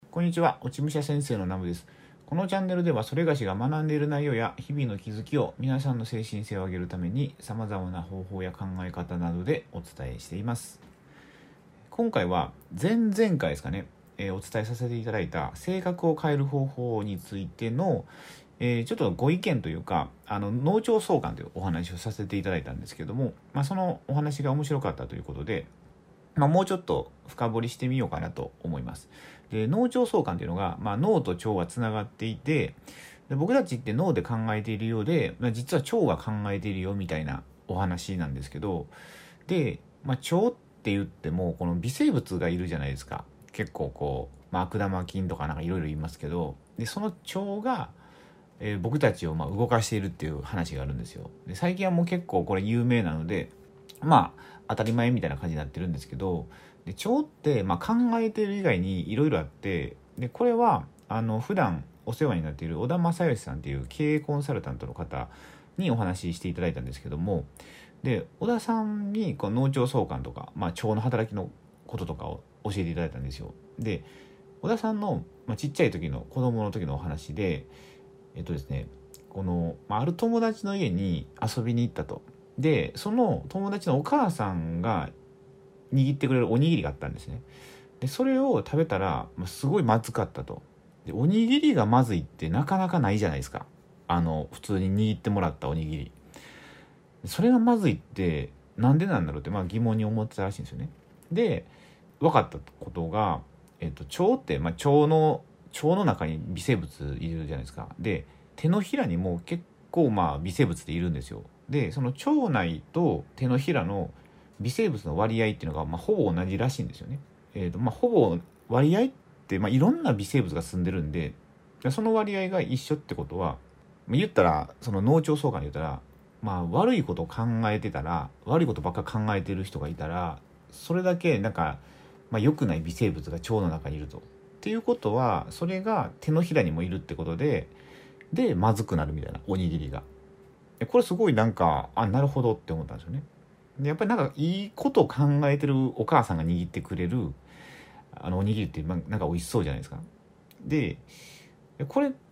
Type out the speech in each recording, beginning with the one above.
こんにちは、落ち武者先生のナムです。このチャンネルでは、それがしが学んでいる内容や日々の気づきを皆さんの精神性を上げるために様々な方法や考え方などでお伝えしています。今回は前々回ですかね、お伝えさせていただいた性格を変える方法についての、ちょっとご意見というか、脳腸相関というお話をさせていただいたんですけども、そのお話が面白かったということで、もうちょっと深掘りしてみようかなと思います。で、脳腸相関というのが、脳と腸はつながっていて、で僕たちって脳で考えているようで、実は腸が考えているよみたいなお話なんですけど、で、腸って言ってもこの微生物がいるじゃないですか。結構こう、悪玉菌とかなんかいろいろ言いますけど、でその腸が、僕たちを動かしているっていう話があるんですよ。で最近はもう結構これ有名なので、当たり前みたいな感じになってるんですけど、で腸って考えている以外にいろいろあって、でこれは普段お世話になっている小田正義さんっていう経営コンサルタントの方にお話ししていただいたんですけども、で小田さんにこの脳腸相関とか、腸の働きのこととかを教えていただいたんですよ。で小田さんの、ちっちゃい時の子供の時のお話でですね、この、ある友達の家に遊びに行ったと。でその友達のお母さんが握ってくれるおにぎりがあったんですね。でそれを食べたら、すごいまずかったと。でおにぎりがまずいってなかなかないじゃないですか。普通に握ってもらったおにぎり、それがまずいってなんでなんだろうって、疑問に思ってたらしいんですよね。で分かったことが、腸って、腸の中に微生物いるじゃないですか。で手のひらにも結構微生物っているんですよ。でその腸内と手のひらの微生物の割合っていうのが、ほぼ同じらしいんですよね。ほぼ割合って、いろんな微生物が住んでるんで、その割合が一緒ってことは、言ったらその脳腸相関で言ったら、悪いことを考えてたら、悪いことばっか考えてる人がいたら、それだけ良くない微生物が腸の中にいると。っていうことは、それが手のひらにもいるってことで、まずくなるみたいな、おにぎりが。これすごいなるほどって思ったんですよね。でやっぱりいいことを考えてるお母さんが握ってくれるおにぎりって美味しそうじゃないですか。でこれって、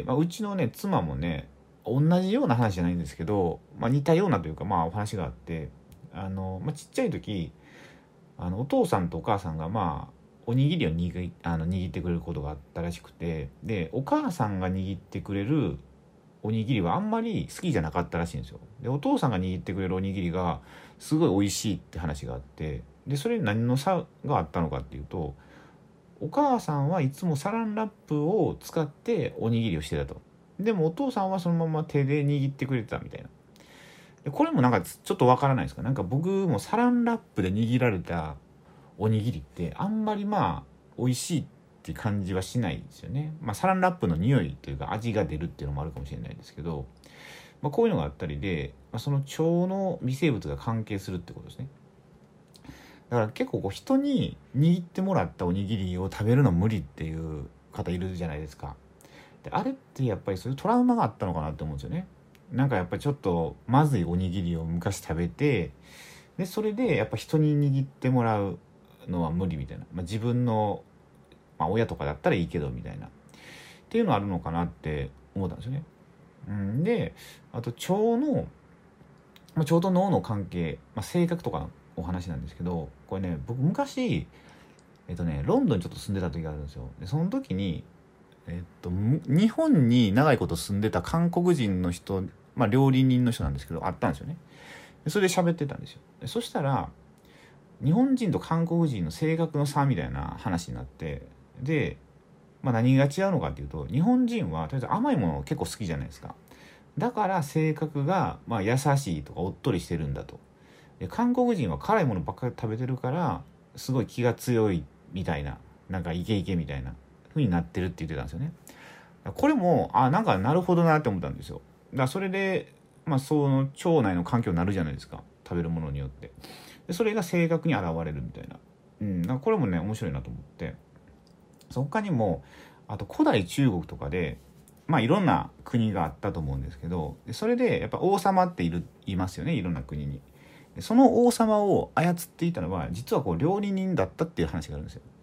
うちのね妻もね同じような話じゃないんですけど、似たようなというかお話があって、ちっちゃい時お父さんとお母さんがおにぎりを握ってくれることがあったらしくて、でお母さんが握ってくれるおにぎりはあんまり好きじゃなかったらしいんですよ。でお父さんが握ってくれるおにぎりがすごい美味しいって話があって、でそれに何の差があったのかっていうと、お母さんはいつもサランラップを使っておにぎりをしてたと。でもお父さんはそのまま手で握ってくれてたみたいな。でこれもちょっとわからないですか。僕もサランラップで握られたおにぎりってあんまり美味しいって感じはしないですよね。サランラップの匂いというか味が出るっていうのもあるかもしれないですけど、こういうのがあったりで、その腸の微生物が関係するってことですね。だから結構人に握ってもらったおにぎりを食べるの無理っていう方いるじゃないですか。であれってやっぱりそういうトラウマがあったのかなって思うんですよね。やっぱりちょっとまずいおにぎりを昔食べて、でそれでやっぱ人に握ってもらうのは無理みたいな、自分の、親とかだったらいいけどみたいなっていうのあるのかなって思ったんですよね。であと腸と脳の関係、性格とかのお話なんですけど、これね僕昔ロンドンにちょっと住んでた時があるんですよ。でその時に日本に長いこと住んでた韓国人の人、料理人の人なんですけど、あったんですよね。でそれで喋ってたんですよ。でそしたら日本人と韓国人の性格の差みたいな話になって、で、何が違うのかっていうと、日本人はとりあえず甘いもの結構好きじゃないですか。だから性格が優しいとかおっとりしてるんだと。で韓国人は辛いものばっかり食べてるからすごい気が強いみたいな、イケイケみたいな風になってるって言ってたんですよね。これもなるほどなって思ったんですよ。だからそれでその腸内の環境になるじゃないですか、食べるものによって。でそれが性格に現れるみたいな。だからこれもね面白いなと思って、他にもあと古代中国とかでいろんな国があったと思うんですけど、それでやっぱ王様っていますよね、いろんな国に。その王様を操っていたのは実は料理人だったっていう話があるんですよ。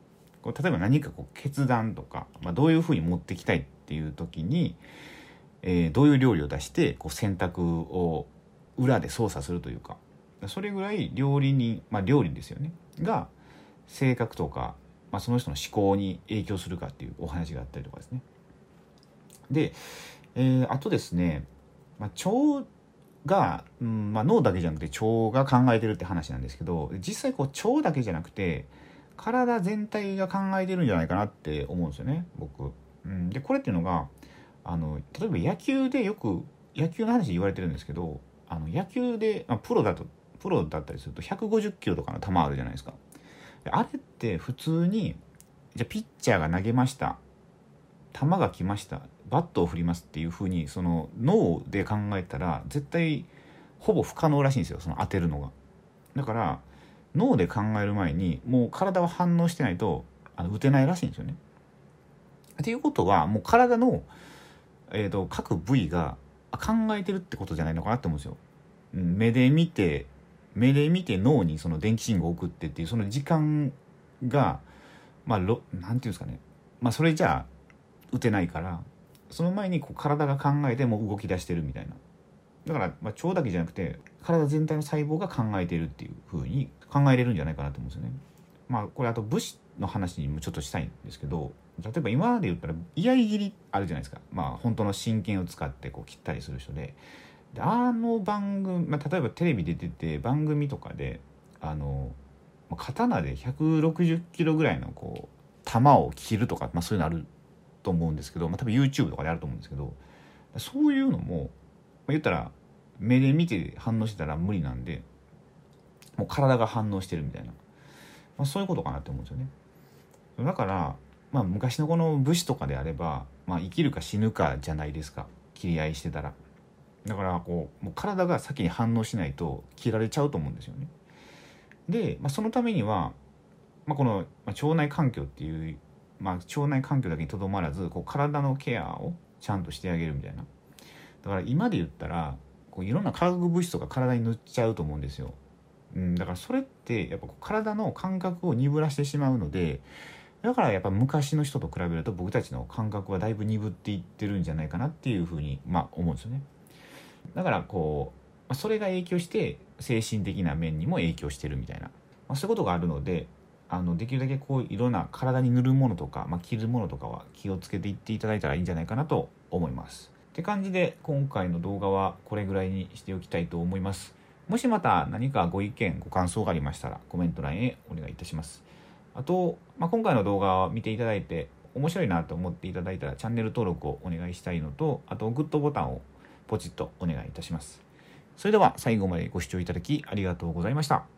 例えば何か決断とか、どういうふうに持ってきたいっていう時に、どういう料理を出して選択を裏で操作するというか、それぐらい料理人、料理ですよねが性格とか、その人の思考に影響するかっていうお話があったりとかですね。で、あとですね、腸が、脳だけじゃなくて腸が考えてるって話なんですけど、実際腸だけじゃなくて体全体が考えてるんじゃないかなって思うんですよね、僕。でこれっていうのが例えば野球でよく野球の話言われてるんですけど、野球で、プロだったりすると150キロとかの球あるじゃないですか。あれって普通にじゃあピッチャーが投げました、球が来ました、バットを振りますっていう風にその脳で考えたら絶対ほぼ不可能らしいんですよ、その当てるのが。だから脳で考える前にもう体は反応してないと打てないらしいんですよね。っていうことはもう体の、各部位が考えてるってことじゃないのかなって思うんですよ。目で見て脳にその電気信号を送ってっていうその時間がなんていうんですかね、それじゃあ打てないから、その前に体が考えてもう動き出してるみたいな。だから、腸だけじゃなくて体全体の細胞が考えてるっていう風に考えれるんじゃないかなと思うんですよね。これあと武士の話にもちょっとしたいんですけど、例えば今まで言ったら居合切りあるじゃないですか。本当の真剣を使って切ったりする人で、番組、例えばテレビで出て番組とかで刀で160キロぐらいの弾を切るとか、そういうのあると思うんですけど、多分 YouTube とかであると思うんですけど、そういうのも、言ったら目で見て反応してたら無理なんで、もう体が反応してるみたいな、そういうことかなって思うんですよね。だから、昔のこの武士とかであれば、生きるか死ぬかじゃないですか、切り合いしてたら。だからもう体が先に反応しないと切られちゃうと思うんですよね。で、そのためには、この腸内環境っていう、腸内環境だけにとどまらず体のケアをちゃんとしてあげるみたいな。だから今で言ったらいろんな化学物質とか体に塗っちゃうと思うんですよ。だからそれってやっぱ体の感覚を鈍らしてしまうので、だからやっぱ昔の人と比べると僕たちの感覚はだいぶ鈍っていってるんじゃないかなっていうふうに思うんですよね。だからそれが影響して精神的な面にも影響してるみたいな、そういうことがあるので、できるだけいろんな体に塗るものとか、着るものとかは気をつけていっていただいたらいいんじゃないかなと思います。って感じで今回の動画はこれぐらいにしておきたいと思います。もしまた何かご意見ご感想がありましたらコメント欄へお願いいたします。あと、今回の動画を見ていただいて面白いなと思っていただいたらチャンネル登録をお願いしたいのと、あとグッドボタンをポチッとお願いいたします。それでは最後までご視聴いただきありがとうございました。